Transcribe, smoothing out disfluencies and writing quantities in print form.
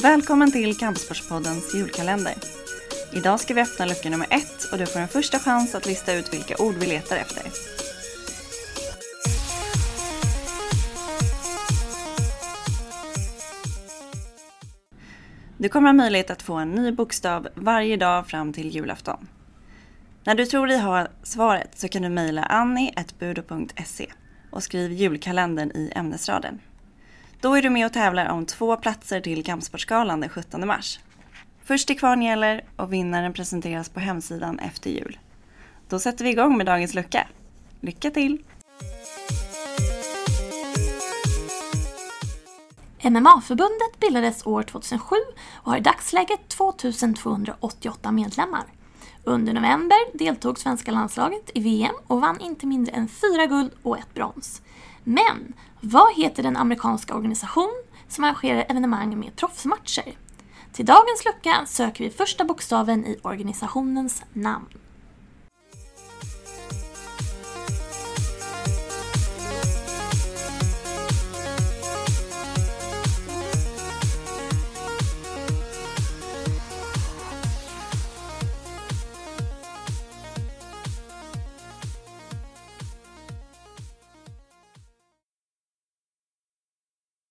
Välkommen till Kampsportspoddens julkalender. Idag ska vi öppna lucka nummer 1 och du får en första chans att lista ut vilka ord vi letar efter. Du kommer ha möjlighet att få en ny bokstav varje dag fram till julafton. När du tror dig ha svaret så kan du mejla annie@budo.se och skriv julkalendern i ämnesraden. Då är du med och tävlar om 2 platser till Kampsportsgalan den 17 mars. Först till kvarn gäller och vinnaren presenteras på hemsidan efter jul. Då sätter vi igång med dagens lucka. Lycka till! MMA-förbundet bildades år 2007 och har i dagsläget 2288 medlemmar. Under november deltog svenska landslaget i VM och vann inte mindre än 4 guld och 1 brons. Men vad heter den amerikanska organisation som arrangerar evenemang med proffsmatcher? Till dagens lucka söker vi första bokstaven i organisationens namn.